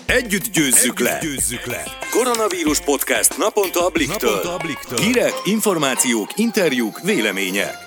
Együtt győzzük le! Koronavírus podcast naponta a Blikktől. Hírek, információk, interjúk, vélemények.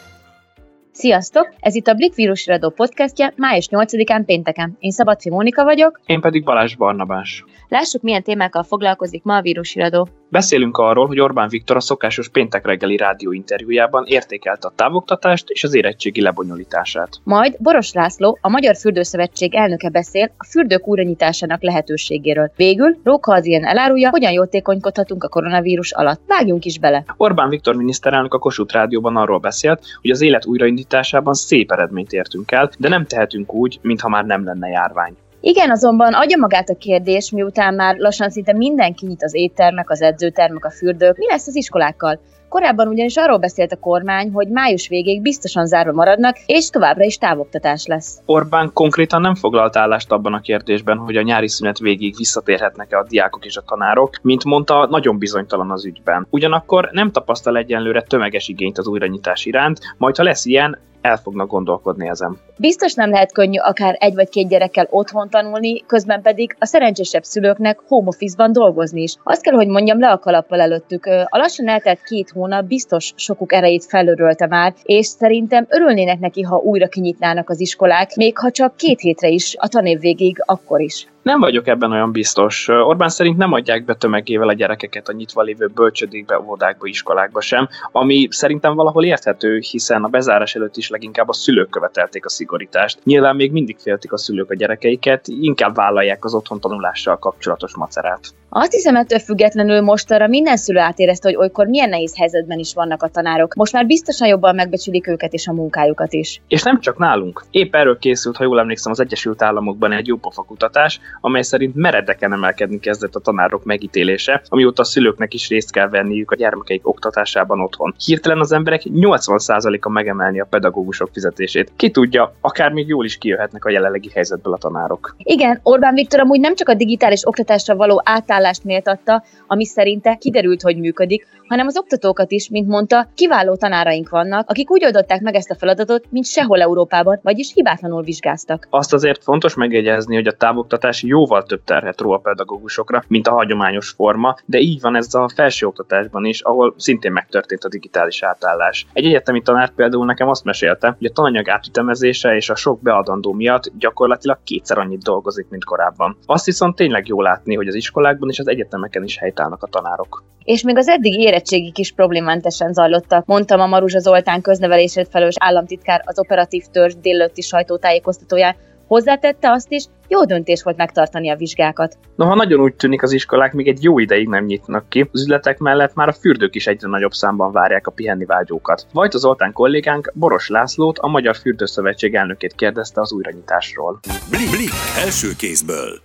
Sziasztok! Ez itt a Blikk vírusiradó podcastja május 8-án pénteken. Én Szabadfi Mónika vagyok. Én pedig Balázs Barnabás. Lássuk, milyen témákkal foglalkozik ma a vírusiradó. Beszélünk arról, hogy Orbán Viktor a szokásos péntek reggeli rádióinterjújában értékelte a távoktatást és az érettségi lebonyolítását. Majd Boros László, a Magyar Fürdőszövetség elnöke beszél a fürdők újranyitásának lehetőségéről. Végül Róka Adrián elárulja, hogyan jótékonykodhatunk a koronavírus alatt. Vágjunk is bele! Orbán Viktor miniszterelnök a Kossuth Rádióban arról beszélt, hogy az élet újraindításában szép eredményt értünk el, de nem tehetünk úgy, mintha már nem lenne járvány. Igen, azonban adja magát a kérdés, miután már lassan szinte mindenki nyit az éttermek, az edzőtermek, a fürdők, mi lesz az iskolákkal? Korábban ugyanis arról beszélt a kormány, hogy május végéig biztosan zárva maradnak, és továbbra is távoktatás lesz. Orbán konkrétan nem foglalt állást abban a kérdésben, hogy a nyári szünet végéig visszatérhetnek-e a diákok és a tanárok, mint mondta, nagyon bizonytalan az ügyben. Ugyanakkor nem tapasztal egyenlőre tömeges igényt az újranyitás iránt, majd ha lesz ilyen, el fognak gondolkodni ezen. Biztos nem lehet könnyű akár egy vagy két gyerekkel otthon tanulni, közben pedig a szerencsésebb szülőknek home office-ban dolgozni is. Azt kell, hogy mondjam, le a kalappal előttük. A lassan eltelt 2 hónap biztos sokuk erejét felörölte már, és szerintem örülnének neki, ha újra kinyitnának az iskolák, még ha csak 2 hétre is, a tanév végéig akkor is. Nem vagyok ebben olyan biztos. Orbán szerint nem adják be tömegével a gyerekeket a nyitva lévő bölcsödékbe, óvodákba, iskolákba sem, ami szerintem valahol érthető, hiszen a bezárás előtt is leginkább a szülők követelték a szigorítást. Nyilván még mindig féltik a szülők a gyerekeiket, inkább vállalják az otthontanulással kapcsolatos macerát. Azt hiszem, ettől függetlenül mostanra minden szülő átérezte, hogy olykor milyen nehéz helyzetben is vannak a tanárok. Most már biztosan jobban megbecsülik őket és a munkájukat is. És nem csak nálunk. Épp erről készült, ha jól emlékszem, az Egyesült Államokban egy jópofa kutatás, amely szerint meredeken emelkedni kezdett a tanárok megítélése, amióta a szülőknek is részt kell venniük a gyermekeik oktatásában otthon. Hirtelen az emberek 80%-a megemelni a pedagógusok fizetését. Ki tudja, akár még jól is kijöhetnek a jelenlegi helyzetből a tanárok. Igen, Orbán Viktor amúgy nem csak a digitális oktatásra való átállást méltatta, ami szerinte kiderült, hogy működik, hanem az oktatókat is, mint mondta, kiváló tanáraink vannak, akik úgy oldották meg ezt a feladatot, mint sehol Európában, vagyis hibátlanul vizsgáztak. Azt azért fontos megjegyezni, hogy a távoktatás jóval több terhet ró a pedagógusokra, mint a hagyományos forma, de így van ez a felsőoktatásban is, ahol szintén megtörtént a digitális átállás. Egy egyetemi tanár például nekem azt mesélte, hogy a tananyag átütemezése és a sok beadandó miatt gyakorlatilag 2-szer annyit dolgozik, mint korábban. Azt viszont tényleg jó látni, hogy az iskolákban és az egyetemeken is helytállnak a tanárok. És még az eddigi érettségik is problémmentesen zajlottak, mondta ma Maruzsa Zoltán köznevelésért felelős államtitkár az operatív törzs délelőtti sajtótájékoztatóján. Hozzátette azt is, jó döntés volt megtartani a vizsgákat. Noha nagyon úgy tűnik, az iskolák még egy jó ideig nem nyitnak ki, az üzletek mellett már a fürdők is egyre nagyobb számban várják a pihenni vágyókat. Vajta Zoltán kollégánk Boros Lászlót, a Magyar Fürdőszövetség elnökét kérdezte az újranyitásról. Blikk első kézből.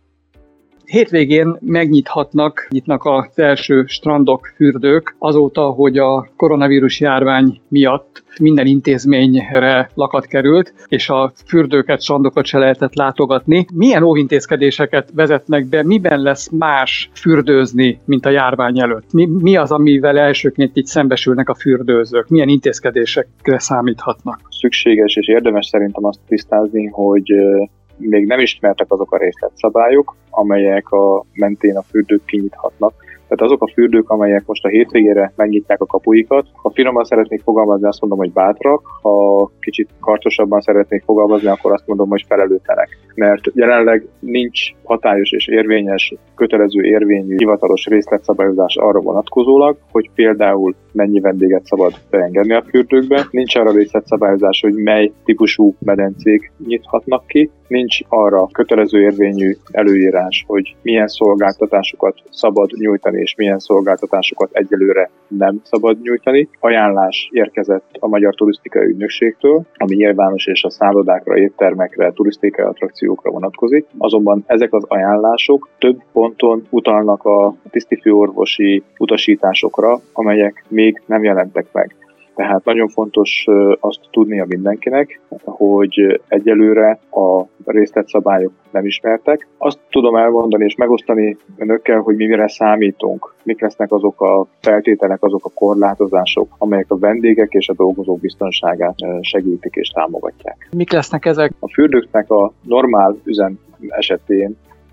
Hétvégén nyitnak az első strandok, fürdők, azóta, hogy a koronavírus járvány miatt minden intézményre lakat került, és a fürdőket, strandokat se lehetett látogatni. Milyen óvintézkedéseket vezetnek be, miben lesz más fürdőzni, mint a járvány előtt? Mi az, amivel elsőként így szembesülnek a fürdőzők? Milyen intézkedésekre számíthatnak? Szükséges és érdemes szerintem azt tisztázni, hogy még nem ismertek azok a részletszabályok, amelyek a mentén a fürdők kinyithatnak. Tehát azok a fürdők, amelyek most a hétvégére megnyitják a kapuikat, ha finoman szeretnék fogalmazni, azt mondom, hogy bátrak, ha kicsit karcsosabban szeretnék fogalmazni, akkor azt mondom, hogy felelőtlenek. Mert jelenleg nincs hatályos és érvényes, kötelező érvényű hivatalos részletszabályozás arra vonatkozólag, hogy például mennyi vendéget szabad beengedni a fürdőkbe. Nincs arra részletszabályozás, hogy mely típusú medencék nyithatnak ki. Nincs arra kötelező érvényű előírás, hogy milyen szolgáltatásokat szabad nyújtani, és milyen szolgáltatásokat egyelőre nem szabad nyújtani. Ajánlás érkezett a Magyar Turisztikai Ügynökségtől, ami nyilvános és a szállodákra, éttermekre, turisztikai attrakciókra vonatkozik. Azonban ezek az ajánlások több ponton utalnak a tisztifőorvosi utasításokra, amelyek még nem jelentek meg. Tehát nagyon fontos azt tudnia mindenkinek, hogy egyelőre a részletszabályok nem ismertek. Azt tudom elmondani és megosztani önökkel, hogy mi mire számítunk, mik lesznek azok a feltételek, azok a korlátozások, amelyek a vendégek és a dolgozók biztonságát segítik és támogatják. Mik lesznek ezek? A fürdőknek a normál üzem esetén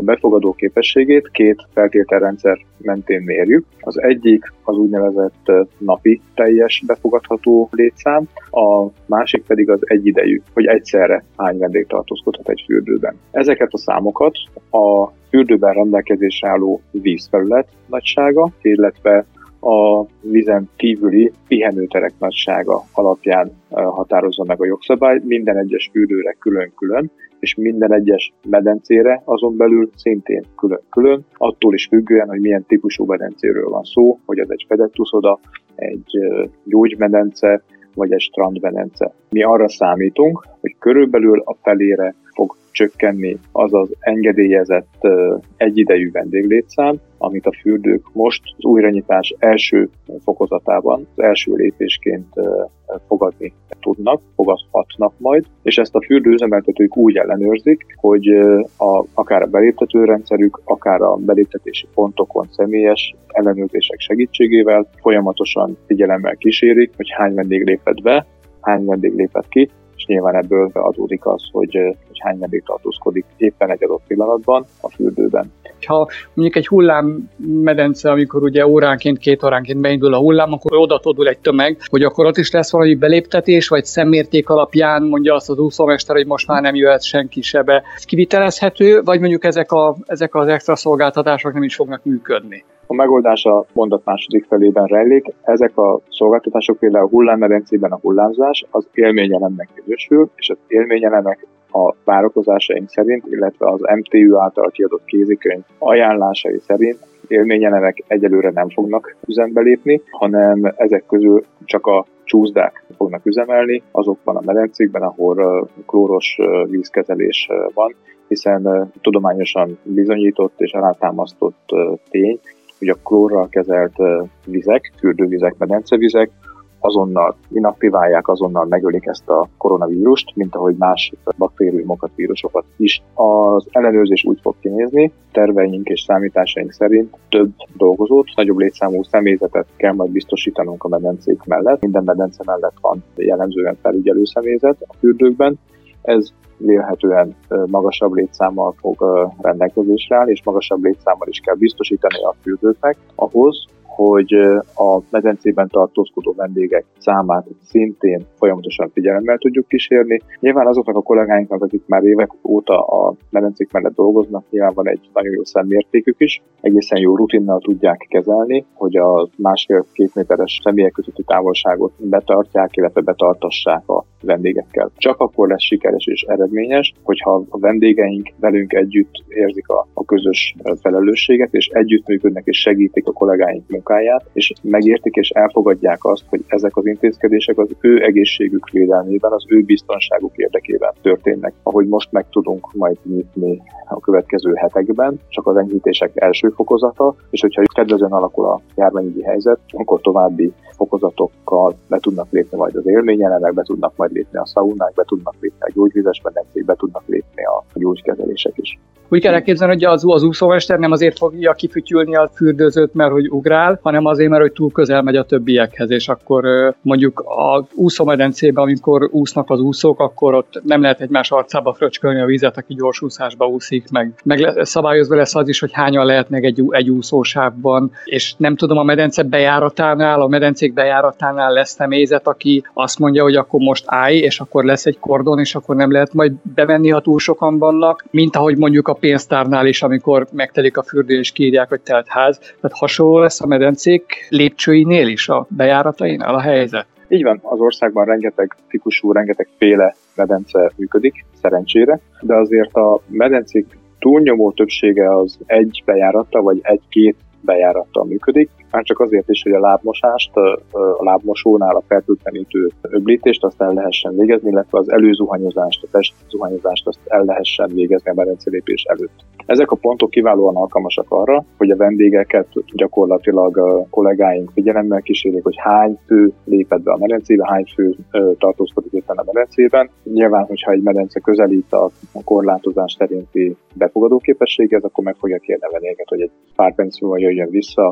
A befogadó képességét két feltételrendszer mentén mérjük. Az egyik az úgynevezett napi teljes befogadható létszám, a másik pedig az egyidejű, hogy egyszerre hány vendég tartózkodhat egy fürdőben. Ezeket a számokat a fürdőben rendelkezésre álló vízfelület nagysága, illetve a vízen kívüli pihenőterek nagysága alapján határozza meg a jogszabály, minden egyes fürdőre külön-külön, és minden egyes medencére azon belül szintén külön-külön, attól is függően, hogy milyen típusú medencéről van szó, hogy az egy fedett uszoda, egy gyógymedence, vagy egy strandmedence. Mi arra számítunk, hogy körülbelül a felére fog csökkenni az az engedélyezett egyidejű vendéglétszám, amit a fürdők most az újranyitás első fokozatában, az első lépésként fogadni tudnak, fogadhatnak majd, és ezt a fürdőüzemeltetők úgy ellenőrzik, hogy akár a beléptető rendszerük, akár a beléptetési pontokon személyes ellenőrzések segítségével folyamatosan figyelemmel kísérik, hogy hány vendég lépett be, hány vendég lépett ki, és nyilván ebből adódik az, hogy hány vendég tartózkodik éppen egy adott pillanatban a fürdőben. Ha mondjuk egy hullámmedence, amikor ugye óránként, 2 óránként beindul a hullám, akkor oda todul egy tömeg, hogy akkor ott is lesz valami beléptetés, vagy szemmérték alapján mondja azt az úszómester, hogy most már nem jöhet senki se be. Ez kivitelezhető, vagy mondjuk ezek az extra szolgáltatások nem is fognak működni? A megoldás a mondat második felében rejlik. Ezek a szolgáltatások, például a hullámmedencében a hullámzás az élményelemnek minősül, és az élményelemek a várakozásaink szerint, illetve az MTÜ által kiadott kézikönyv ajánlásai szerint élményelemek egyelőre nem fognak üzembe lépni, hanem ezek közül csak a csúszdák fognak üzemelni azokban a medencékben, ahol klóros vízkezelés van, hiszen tudományosan bizonyított és alátámasztott tény, hogy a klórral kezelt vizek, fürdővizek, medencevizek azonnal inaktiválják, azonnal megölik ezt a koronavírust, mint ahogy más baktériumokat, vírusokat is. Az ellenőrzés úgy fog kinézni, terveink és számításaink szerint több dolgozót, nagyobb létszámú személyzetet kell majd biztosítanunk a medencék mellett. Minden medence mellett van jellemzően felügyelő személyzet a fürdőkben. Ez vélhetően magasabb létszámmal fog rendelkezésre állni, és magasabb létszámmal is kell biztosítani a fürdőknek ahhoz, hogy a medencében tartózkodó vendégek számát szintén folyamatosan figyelemmel tudjuk kísérni. Nyilván azoknak a kollégáinknak, akik már évek óta a medencék mellett dolgoznak, nyilván van egy nagyon jó szemmértékük is, egészen jó rutinnal tudják kezelni, hogy a 1,5-2 méteres személyek közötti távolságot betartják, illetve betartassák a vendégekkel. Csak akkor lesz sikeres és eredményes, hogyha a vendégeink velünk együtt érzik a közös felelősséget, és együttműködnek és segítik a kollégáink munkáját, és megértik és elfogadják azt, hogy ezek az intézkedések az ő egészségük védelmében, az ő biztonságuk érdekében történnek. Ahogy most meg tudunk majd nyitni a következő hetekben, csak az enyhítések első fokozata, és hogyha kedvezően alakul a járványügyi helyzet, akkor további fokozatokkal be tudnak lépni majd az élményelemek, be tudnak majd lépni a szaunák, be tudnak lépni a gyógyvizes medencék, be tudnak lépni a gyógykezelések is. Úgy kell elképzelni, hogy az úszómester nem azért fogja kifütyülni a fürdőzőt, mert hogy ugrál, hanem azért, mert hogy túl közel megy a többiekhez, és akkor mondjuk az úszómedencében, amikor úsznak az úszók, akkor ott nem lehet egymás arcába fröcskölni a vizet, aki gyorsúszásba úszik, meg szabályozva lesz az is, hogy hányan lehetnek egy úszósávban, és nem tudom, a medence bejáratánál, a medencék bejáratánál lesz személyzet, aki azt mondja, hogy akkor most állj, és akkor lesz egy kordon, és akkor nem lehet majd bemenni, ha túl sokan vannak, mint ahogy mondjuk a pénztárnál is, amikor megtelik a fürdő, és kiírják, hogy telt ház. Tehát hasonló lesz a medencék lépcsőinél is, a bejáratainál a helyzet. Így van, az országban rengeteg típusú, rengetegféle medence működik, szerencsére, de azért a medencék túlnyomó többsége az egy bejárattal vagy egy-két bejárattal működik, már csak azért is, hogy a lábmosást, a lábmosónál a fertőtlenítő öblítést azt el lehessen végezni, illetve az előzuhanyozást, a testzuhanyozást azt el lehessen végezni a medencelépés előtt. Ezek a pontok kiválóan alkalmasak arra, hogy a vendégeket gyakorlatilag a kollégáink figyelemmel kísérjék, hogy hány fő lépett be a medencébe, hány fő tartózkodik éppen a medencében. Nyilván, hogyha egy medence közelít a korlátozás szerinti befogadó képességhez, akkor meg fogja kérni a vendégeket, hogy egy pár perc múlva jöjjön vissza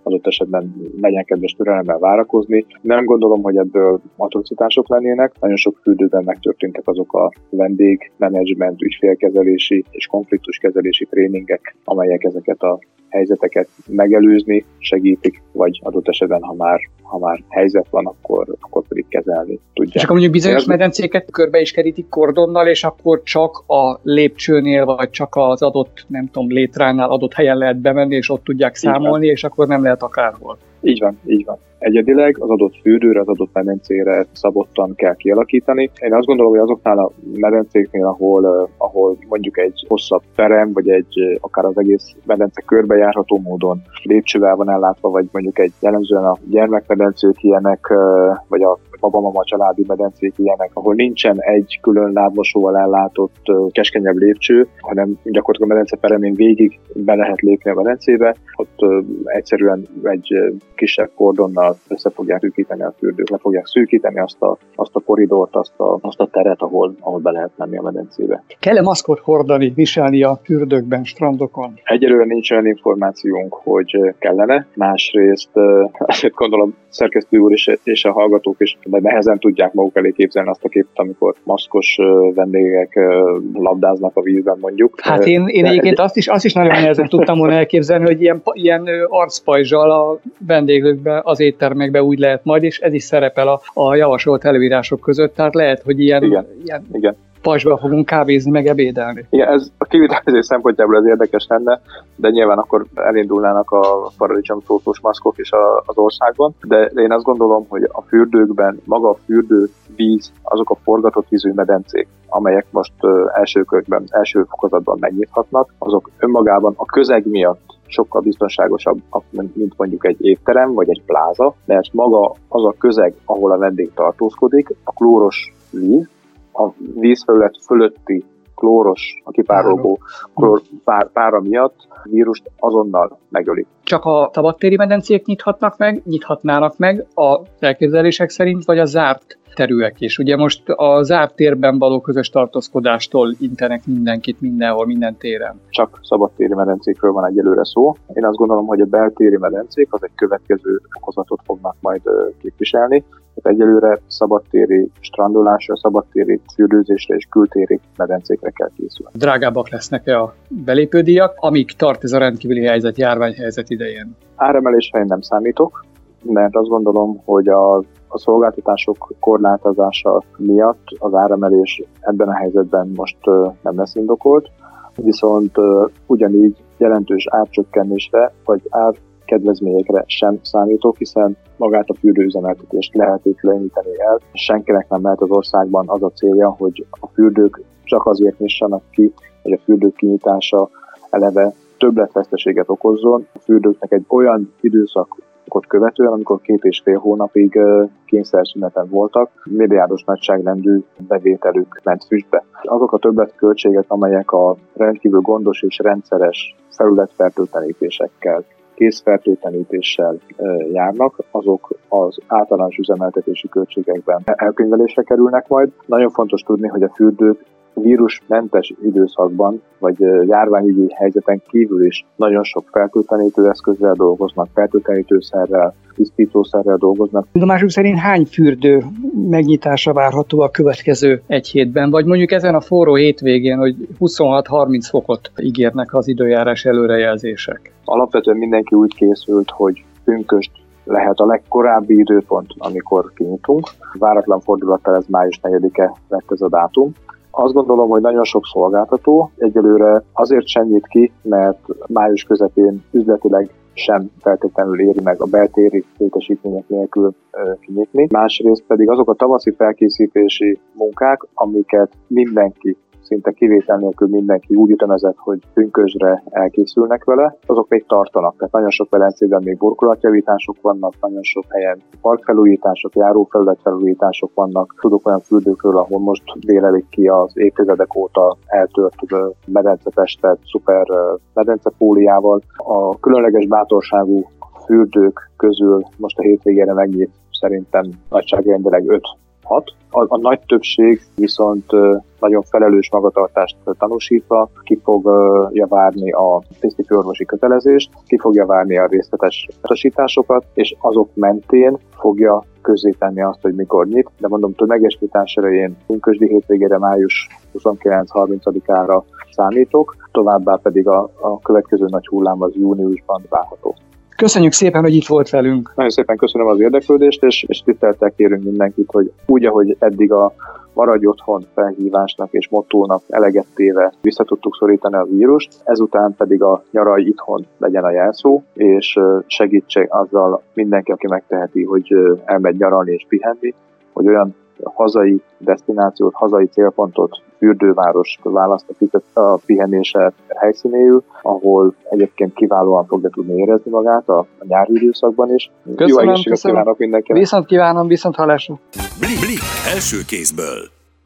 adott esetben legyen kedves türelemmel várakozni. Nem gondolom, hogy ebből atrocitások lennének. Nagyon sok fürdőben megtörténtek azok a vendégmenedzsment, ügyfélkezelési és konfliktuskezelési tréningek, amelyek ezeket a helyzeteket megelőzni segítik, vagy adott esetben, ha már helyzet van, akkor pedig kezelni tudják. És akkor mondjuk bizonyos medencéket körbe is kerítik kordonnal, és akkor csak a lépcsőnél, vagy csak az adott, nem tudom, létránál adott helyen lehet bemenni, és ott tudják számolni, és akkor nem lehet akárhol. Így van. Egyedileg az adott fürdőre, az adott medencére szabottan kell kialakítani. Én azt gondolom, hogy azoknál a medencéknél, ahol mondjuk egy hosszabb terem, vagy akár az egész medence körbejárható módon lépcsővel van ellátva, vagy mondjuk egy jellemzően a gyermekmedencék ilyenek, vagy a babamama családi medencék ilyenek, ahol nincsen egy külön lábmosóval ellátott keskenyebb lépcső, hanem gyakorlatilag a medence peremén végig be lehet lépni a medencébe, ott egyszerűen egy kisebb kordonnal össze fogják szűkíteni a fürdőt, le fogják szűkíteni azt a koridort, azt a teret, ahol be lehet menni a medencébe. Kell-e maszkot hordani, viselni a fürdőkben, strandokon? Egyelőre nincs olyan információnk, hogy kellene. Másrészt azt gondolom, szerkesztő úr és a hallgatók is de nehezen tudják maguk elé képzelni azt a képet, amikor maszkos vendégek labdáznak a vízben, mondjuk. Hát én egyébként azt is nagyon nehezen tudtam volna elképzelni, hogy ilyen arcpajzsal a vendéglőkben, az éttermekben úgy lehet majd, és ez is szerepel a javasolt előírások között, tehát lehet, hogy ilyen pajzsban fogunk kávézni, meg ebédelni. Igen, ez a kivitelezés szempontjából ez érdekes lenne, de nyilván akkor elindulnának a paradicsomszótós maszkok is az országban, de én azt gondolom, hogy a fürdőkben maga a fürdővíz, azok a forgatott vízű medencék, amelyek most első fokozatban megnyithatnak, azok önmagában a közeg miatt sokkal biztonságosabb, mint mondjuk egy étterem vagy egy pláza, mert maga az a közeg, ahol a vendég tartózkodik, a klóros víz, a vízfelület fölötti klóros, a kipárolgó pára miatt vírust azonnal megölik. Csak a szabadtéri medencék nyithatnának meg az elképzelések szerint, vagy a zárt terűek is. Ugye most a zárt térben való közös tartózkodástól intenek mindenkit mindenhol, minden téren. Csak szabadtéri medencékről van egyelőre szó. Én azt gondolom, hogy a beltéri medencék az egy következő fokozatot fognak majd képviselni. Tehát egyelőre szabadtéri strandolásra, szabadtéri fürdőzésre és kültéri medencékre kell készülni. Drágábbak lesznek-e a belépődíjak, amíg tart ez a rendkívüli helyzet, járványhelyzet idején? Áremelésre én nem számítok, mert azt gondolom, hogy a szolgáltatások korlátozása miatt az áremelés ebben a helyzetben most nem lesz indokolt, viszont ugyanígy jelentős árcsökkenésre vagy árkedvezményekre sem számítok, hiszen magát a fürdőüzemeltetést lehetetleníteni el. Senkinek nem lehet az országban az a célja, hogy a fürdők csak azért nyissanak ki, hogy a fürdők kinyitása eleve többletveszteséget okozzon. A fürdőknek egy olyan időszakot követően, amikor 2,5 hónapig kényszerszüneten voltak, milliárdos nagyságrendű bevételük ment füstbe. Azok a többletköltségek, amelyek a rendkívül gondos és rendszeres felületfertőtlenítésekkel, készfertőtlenítéssel járnak, azok az általános üzemeltetési költségekben elkönyvelésre kerülnek majd. Nagyon fontos tudni, hogy a fürdők vírusmentes időszakban, vagy járványügyi helyzeten kívül is nagyon sok fertőtlenítő eszközzel dolgoznak, fertőtlenítőszerrel, tisztítószerrel dolgoznak. Tudomásuk szerint hány fürdő megnyitása várható a következő egy hétben, vagy mondjuk ezen a forró hétvégén, hogy 26-30 fokot ígérnek az időjárás előrejelzések? Alapvetően mindenki úgy készült, hogy pünkösd lehet a legkorábbi időpont, amikor kinyitunk. Váratlan fordulattal ez május 4-e lett ez a dátum. Azt gondolom, hogy nagyon sok szolgáltató egyelőre azért sem nyit ki, mert május közepén üzletileg sem feltétlenül éri meg a beltéri létesítmények nélkül kinyitni. Másrészt pedig azok a tavaszi felkészítési munkák, amiket mindenki, szinte kivétel nélkül mindenki úgy ütemezett, hogy pünkösdre elkészülnek vele, azok még tartanak. Tehát nagyon sok velencében még burkolatjavítások vannak, nagyon sok helyen parkfelújítások, járófelületfelújítások vannak. Tudok olyan fürdőkről, ahol most bérelik ki az évtizedek óta eltört medencepestet szuper medencepóliával. A különleges bátorságú fürdők közül most a hétvégére megnyit szerintem nagyságrendileg 5 hat. A nagy többség viszont nagyon felelős magatartást tanúsítva ki fogja várni a tisztifőorvosi kötelezést, ki fogja várni a részletes utasításokat, és azok mentén fogja közzétenni azt, hogy mikor nyit, de mondom, tömeges nyitás elején pünkösdi hétvégére, május 29-30-ára számítok, továbbá pedig a következő nagy hullám az júniusban várható. Köszönjük szépen, hogy itt volt velünk. Nagyon szépen köszönöm az érdeklődést, és tisztelettel kérünk mindenkit, hogy úgy, ahogy eddig a maradj otthon felhívásnak és mottónak eleget téve vissza tudtuk szorítani a vírust, ezután pedig a nyaralj itthon legyen a jelszó, és segítse azzal mindenki, aki megteheti, hogy elmegy nyaralni és pihenni, hogy olyan hazai desztinációt, hazai célpontot, fürdőváros választ a pihenése helyszínéül, ahol egyébként kiválóan fogja tudni érezni magát a nyári időszakban is. Jó egészséget kívánok mindenkinek! Viszont kívánom, viszont hallásra! Blik első kézből.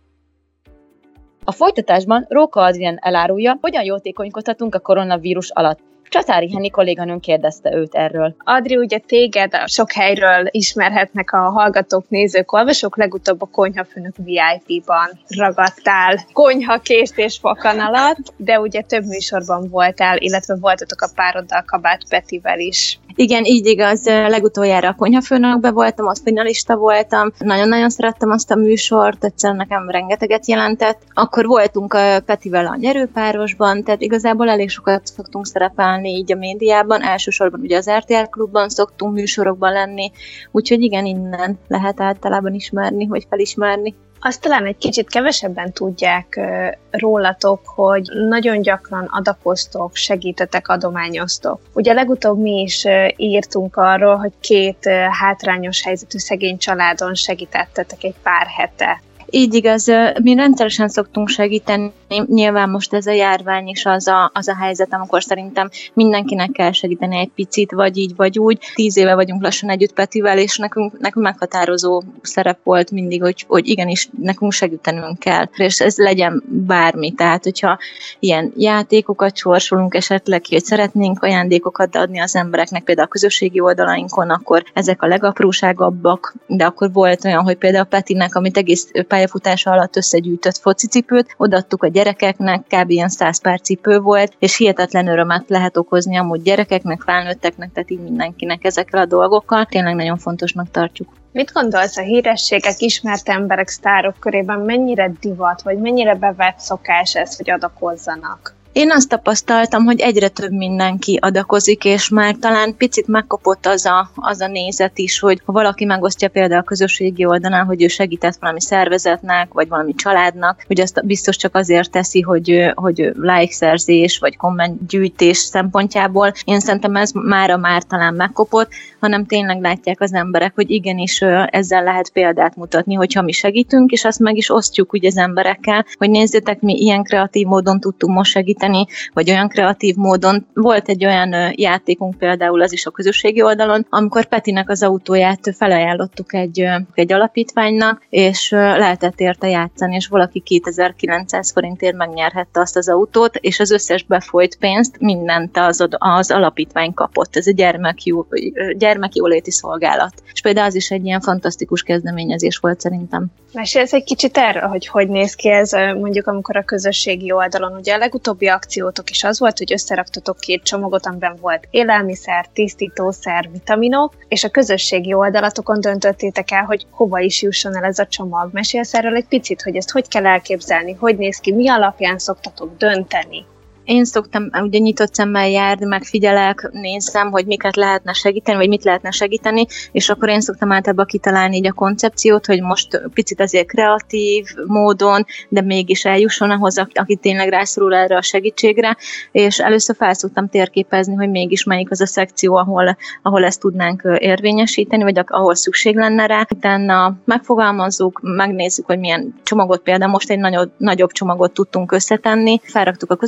A folytatásban Róka Adrián elárulja, hogyan jótékonykodhatunk a koronavírus alatt. Csatári Henni kolléganőnk kérdezte őt erről. Adri, ugye téged sok helyről ismerhetnek a hallgatók, nézők, olvasók, legutóbb a Konyhafőnök VIP-ban ragadtál konyhakést és fakanalat, de ugye több műsorban voltál, illetve voltatok a pároddal, Kabát Petivel is. Igen, így igaz, legutoljára a Konyhafőnökbe voltam, ott finalista voltam, nagyon-nagyon szerettem azt a műsort, egyszerűen nekem rengeteget jelentett. Akkor voltunk a Petivel a nyerőpárosban, tehát igazából elég sokat szoktunk szerepelni így a médiában, elsősorban ugye az RTL Klubban szoktunk műsorokban lenni, úgyhogy igen, innen lehet általában ismerni, vagy felismerni. Azt talán egy kicsit kevesebben tudják rólatok, hogy nagyon gyakran adakoztok, segítetek, adományoztok. Ugye legutóbb mi is írtunk arról, hogy 2 hátrányos helyzetű szegény családon segítettetek egy pár hete. Így igaz, mi rendszeresen szoktunk segíteni, nyilván most ez a járvány is az a helyzet, amikor szerintem mindenkinek kell segíteni egy picit, vagy így, vagy úgy. 10 éve vagyunk lassan együtt Petivel, és nekünk meghatározó szerep volt mindig, hogy igenis nekünk segítenünk kell, és ez legyen bármi, tehát hogyha ilyen játékokat sorsolunk esetleg, hogy szeretnénk ajándékokat adni az embereknek, például a közösségi oldalainkon, akkor ezek a legapróságabbak, de akkor volt olyan, hogy például Petinek, amit egész pályafutása alatt összegyűjtött focicipőt, odaadtuk a gyerekeknek, kb. Ilyen 100 pár cipő volt, és hihetetlen örömet lehet okozni amúgy gyerekeknek, felnőtteknek, tehát így mindenkinek ezekkel a dolgokkal. Tényleg nagyon fontosnak tartjuk. Mit gondolsz a hírességek, ismert emberek, sztárok körében mennyire divat, vagy mennyire bevett szokás ez, hogy adakozzanak? Én azt tapasztaltam, hogy egyre több mindenki adakozik, és már talán picit megkopott az a nézet is, hogy ha valaki megosztja például a közösségi oldalán, hogy ő segített valami szervezetnek, vagy valami családnak, hogy azt biztos csak azért teszi, hogy like-szerzés, vagy kommentgyűjtés szempontjából. Én szerintem ez már talán megkopott, hanem tényleg látják az emberek, hogy igenis ezzel lehet példát mutatni, hogyha mi segítünk, és azt meg is osztjuk ugye az emberekkel, hogy nézzétek, mi ilyen kreatív módon tudtunk most segíteni, vagy olyan kreatív módon. Volt egy olyan játékunk például az is a közösségi oldalon, amikor Petinek az autóját felajánlottuk egy alapítványnak, és lehetett érte játszani, és valaki 2900 forintért megnyerhette azt az autót, és az összes befolyt pénzt mindent az alapítvány kapott. Ez egy gyermekjóléti szolgálat. És például az is egy ilyen fantasztikus kezdeményezés volt szerintem. Mesélsz egy kicsit erről, hogy néz ki ez, mondjuk amikor a közösségi oldalon, ugye a legutóbbi akciótok is az volt, hogy összeraktatok 2 csomagot, amiben volt élelmiszer, tisztítószer, vitaminok, és a közösségi oldalatokon döntöttétek el, hogy hova is jusson el ez a csomag. Mesélsz erről egy picit, hogy ezt hogy kell elképzelni, hogy néz ki, mi alapján szoktatok dönteni? Én szoktam ugye nyitott szemmel járni, megfigyelek, nézem, hogy miket lehetne segíteni, vagy mit lehetne segíteni, és akkor én szoktam általában kitalálni így a koncepciót, hogy most picit azért kreatív módon, de mégis eljusson ahhoz, aki tényleg rászorul erre a segítségre, és először fel szoktam térképezni, hogy mégis melyik az a szekció, ahol ezt tudnánk érvényesíteni, vagy ahol szükség lenne rá. Utána megfogalmazzuk, megnézzük, hogy milyen csomagot, például most egy nagyobb csomagot tudtunk összetenni, felraktuk a közösségi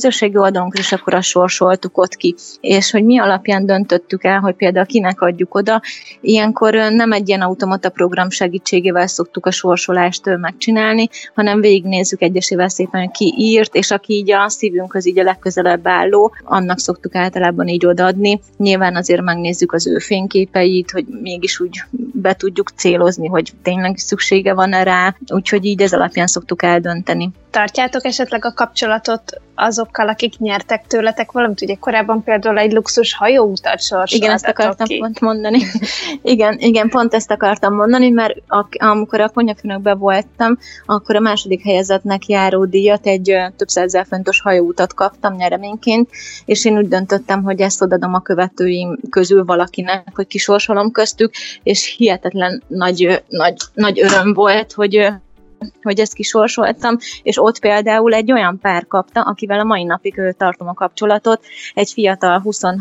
oldalunkra, és akkor azt sorsoltuk ott ki. És hogy mi alapján döntöttük el, hogy például kinek adjuk oda, ilyenkor nem egy ilyen automata program segítségével szoktuk a sorsolást megcsinálni, hanem végignézzük egyesével szépen, hogy ki írt, és aki így a szívünkhöz így a legközelebb álló, annak szoktuk általában így odaadni. Nyilván azért megnézzük az ő fényképeit, hogy mégis úgy be tudjuk célozni, hogy tényleg szüksége van rá, úgyhogy így ez alapján szoktuk eldönteni. Tartjátok esetleg a kapcsolatot azokkal, akik nyertek tőletek valamit? Ugye korábban például egy luxus hajóutat sorsoltatok. Igen, ezt akartam pont mondani. igen, pont ezt akartam mondani, mert amikor a Konyhafőnökben voltam, akkor a második helyezettnek járó díjat, egy több 100 000 fontos hajóutat kaptam nyereményként, és én úgy döntöttem, hogy ezt odadom a követőim közül valakinek, hogy kisorsolom köztük, és hihetetlen nagy öröm volt, hogy ezt kisorsoltam, és ott például egy olyan pár kapta, akivel a mai napig tartom a kapcsolatot, egy fiatal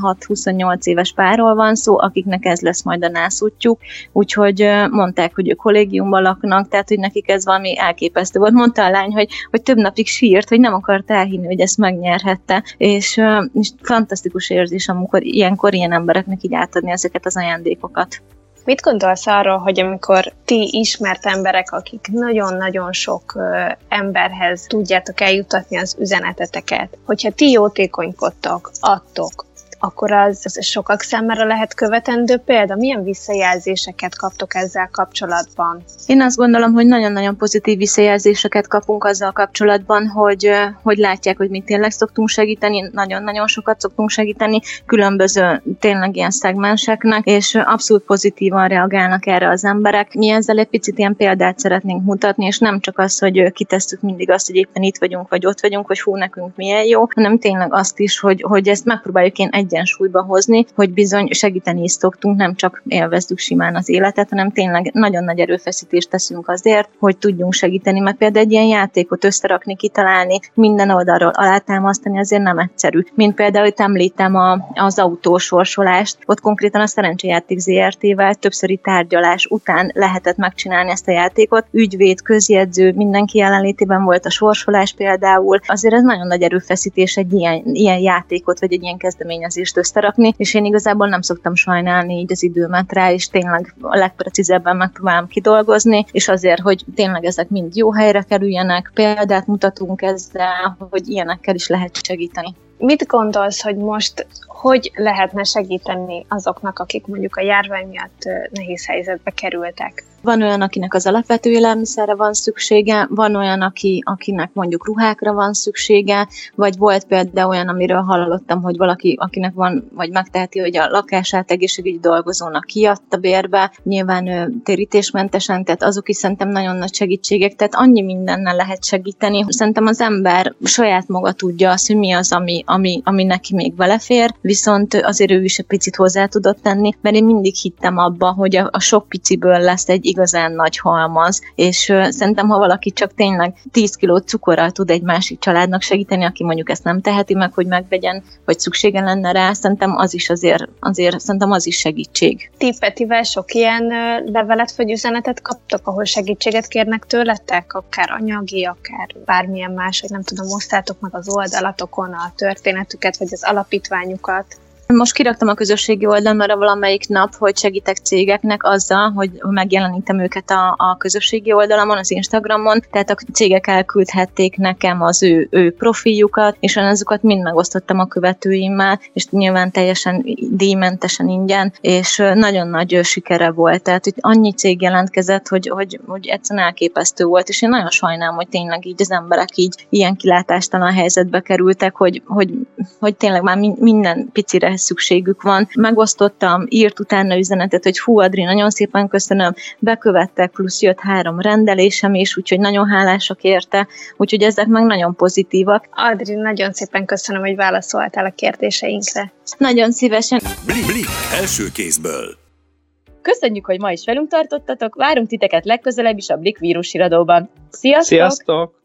26-28 éves párról van szó, akiknek ez lesz majd a nászútjuk, úgyhogy mondták, hogy ők kollégiumban laknak, tehát hogy nekik ez valami elképesztő volt. Mondta a lány, hogy több napig sírt, hogy nem akart elhinni, hogy ezt megnyerhette, és fantasztikus érzés, amikor ilyenkor ilyen embereknek így átadni ezeket az ajándékokat. Mit gondolsz arról, hogy amikor ti ismert emberek, akik nagyon-nagyon sok emberhez tudjátok eljutatni az üzeneteteket, hogyha ti jótékonykodtok, adtok, akkor az sokak számára lehet követendő példa? Milyen visszajelzéseket kaptok ezzel kapcsolatban? Én azt gondolom, hogy nagyon-nagyon pozitív visszajelzéseket kapunk azzal kapcsolatban, hogy látják, hogy mi tényleg szoktunk segíteni, nagyon-nagyon sokat szoktunk segíteni, különböző tényleg ilyen szegmenseknek, és abszolút pozitívan reagálnak erre az emberek. Mi ezzel egy picit ilyen példát szeretnénk mutatni, és nem csak az, hogy kitesszük mindig azt, hogy éppen itt vagyunk, vagy ott vagyunk, hogy hú, nekünk milyen jó, hanem tényleg azt is, hogy ezt megpróbáljuk én egyensúlyba hozni, hogy bizony segíteni is szoktunk, nem csak élvezzük simán az életet, hanem tényleg nagyon nagy erőfeszítést teszünk azért, hogy tudjunk segíteni, mert például egy ilyen játékot összerakni, kitalálni, minden oldalról alátámasztani azért nem egyszerű. Mint például itt említem az autósorsolást, ott konkrétan a Szerencsejáték ZRT-vel többszöri tárgyalás után lehetett megcsinálni ezt a játékot. Ügyvéd, közjegyző, mindenki jelenlétében volt a sorsolás például. Azért ez nagyon nagy erőfeszítés egy ilyen játékot, vagy egy ilyen kezdeményezést összerakni, és én igazából nem szoktam sajnálni így az időmet rá, és tényleg a legprecízebben megpróbálom kidolgozni, és azért, hogy tényleg ezek mind jó helyre kerüljenek, példát mutatunk ezzel, hogy ilyenekkel is lehet segíteni. Mit gondolsz, hogy most hogy lehetne segíteni azoknak, akik mondjuk a járvány miatt nehéz helyzetbe kerültek? Van olyan, akinek az alapvető élelmiszerre van szüksége, van olyan, akinek mondjuk ruhákra van szüksége, vagy volt például olyan, amiről hallottam, hogy valaki, akinek van, vagy megteheti, hogy a lakását egészségügyi dolgozónak kiadta bérbe, nyilván térítésmentesen, tehát azok is szerintem nagyon nagy segítségek, tehát annyi mindennel lehet segíteni. Szerintem az ember saját maga tudja azt, hogy mi az, ami neki még belefér, viszont azért ő is egy picit hozzá tudott tenni, mert én mindig hittem abba, hogy a sok piciből lesz egy igazán nagy halmaz, és szerintem, ha valaki csak tényleg 10 kiló cukorral tud egy másik családnak segíteni, aki mondjuk ezt nem teheti meg, hogy megvegyen, vagy szüksége lenne rá, szerintem az is azért szerintem az is segítség. Ti Petivel sok ilyen levelet vagy üzenetet kaptok, ahol segítséget kérnek tőletek, akár anyagi, akár bármilyen más, hogy nem tudom, osztátok meg az oldalatokon a történetüket, vagy az alapítványukat? Most kiraktam a közösségi oldalra valamelyik nap, hogy segítek cégeknek azzal, hogy megjelenítem őket a közösségi oldalamon, az Instagramon, tehát a cégek elküldhették nekem az ő profiljukat, és én azokat mind megosztottam a követőimmel, és nyilván teljesen díjmentesen ingyen, és nagyon nagy sikere volt, tehát hogy annyi cég jelentkezett, hogy egyszerűen elképesztő volt, és én nagyon sajnálom, hogy tényleg így az emberek így ilyen kilátástalan helyzetbe kerültek, hogy tényleg már minden picire szükségük van. Megosztottam, írt utána üzenetet, hogy hú, Adri, nagyon szépen köszönöm, bekövettek, plusz jött 3 rendelésem is, úgyhogy nagyon hálásak érte, úgyhogy ezek meg nagyon pozitívak. Adri, nagyon szépen köszönöm, hogy válaszoltál a kérdéseinkre. Nagyon szívesen. Blik első kézből. Köszönjük, hogy ma is velünk tartottatok, várunk titeket legközelebb is a Blik vírusiradóban. Sziasztok! Sziasztok!